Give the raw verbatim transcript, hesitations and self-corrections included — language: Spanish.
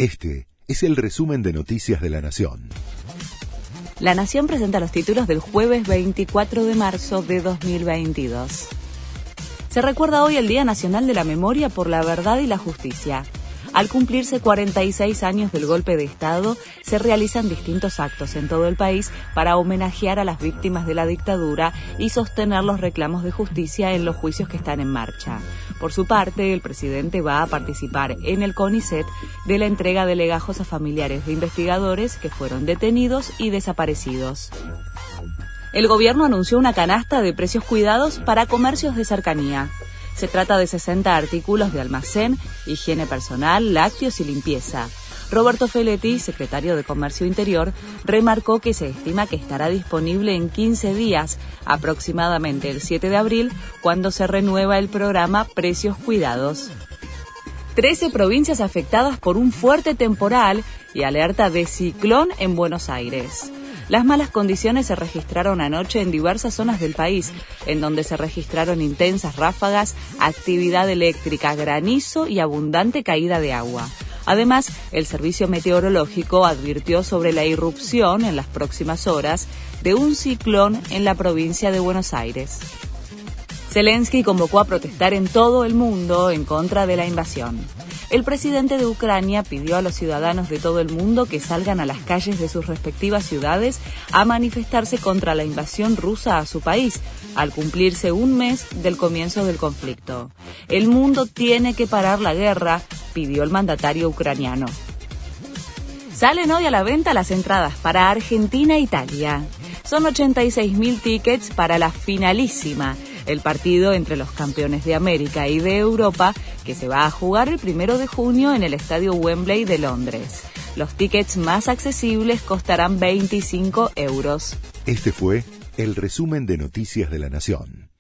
Este es el resumen de Noticias de la Nación. La Nación presenta los títulos del jueves veinticuatro de marzo de dos mil veintidós. Se recuerda hoy el Día Nacional de la Memoria por la Verdad y la Justicia. Al cumplirse cuarenta y seis años del golpe de Estado, se realizan distintos actos en todo el país para homenajear a las víctimas de la dictadura y sostener los reclamos de justicia en los juicios que están en marcha. Por su parte, el presidente va a participar en el CONICET de la entrega de legajos a familiares de investigadores que fueron detenidos y desaparecidos. El gobierno anunció una canasta de precios cuidados para comercios de cercanía. Se trata de sesenta artículos de almacén, higiene personal, lácteos y limpieza. Roberto Feletti, secretario de Comercio Interior, remarcó que se estima que estará disponible en quince días, aproximadamente el siete de abril, cuando se renueva el programa Precios Cuidados. trece provincias afectadas por un fuerte temporal y alerta de ciclón en Buenos Aires. Las malas condiciones se registraron anoche en diversas zonas del país, en donde se registraron intensas ráfagas, actividad eléctrica, granizo y abundante caída de agua. Además, el Servicio Meteorológico advirtió sobre la irrupción en las próximas horas de un ciclón en la provincia de Buenos Aires. Zelensky convocó a protestar en todo el mundo en contra de la invasión. El presidente de Ucrania pidió a los ciudadanos de todo el mundo que salgan a las calles de sus respectivas ciudades a manifestarse contra la invasión rusa a su país, al cumplirse un mes del comienzo del conflicto. El mundo tiene que parar la guerra, pidió el mandatario ucraniano. Salen hoy a la venta las entradas para Argentina e Italia. Son ochenta y seis mil tickets para la finalísima, el partido entre los campeones de América y de Europa, que se va a jugar el primero de junio en el Estadio Wembley de Londres. Los tickets más accesibles costarán veinticinco euros. Este fue el resumen de Noticias de la Nación.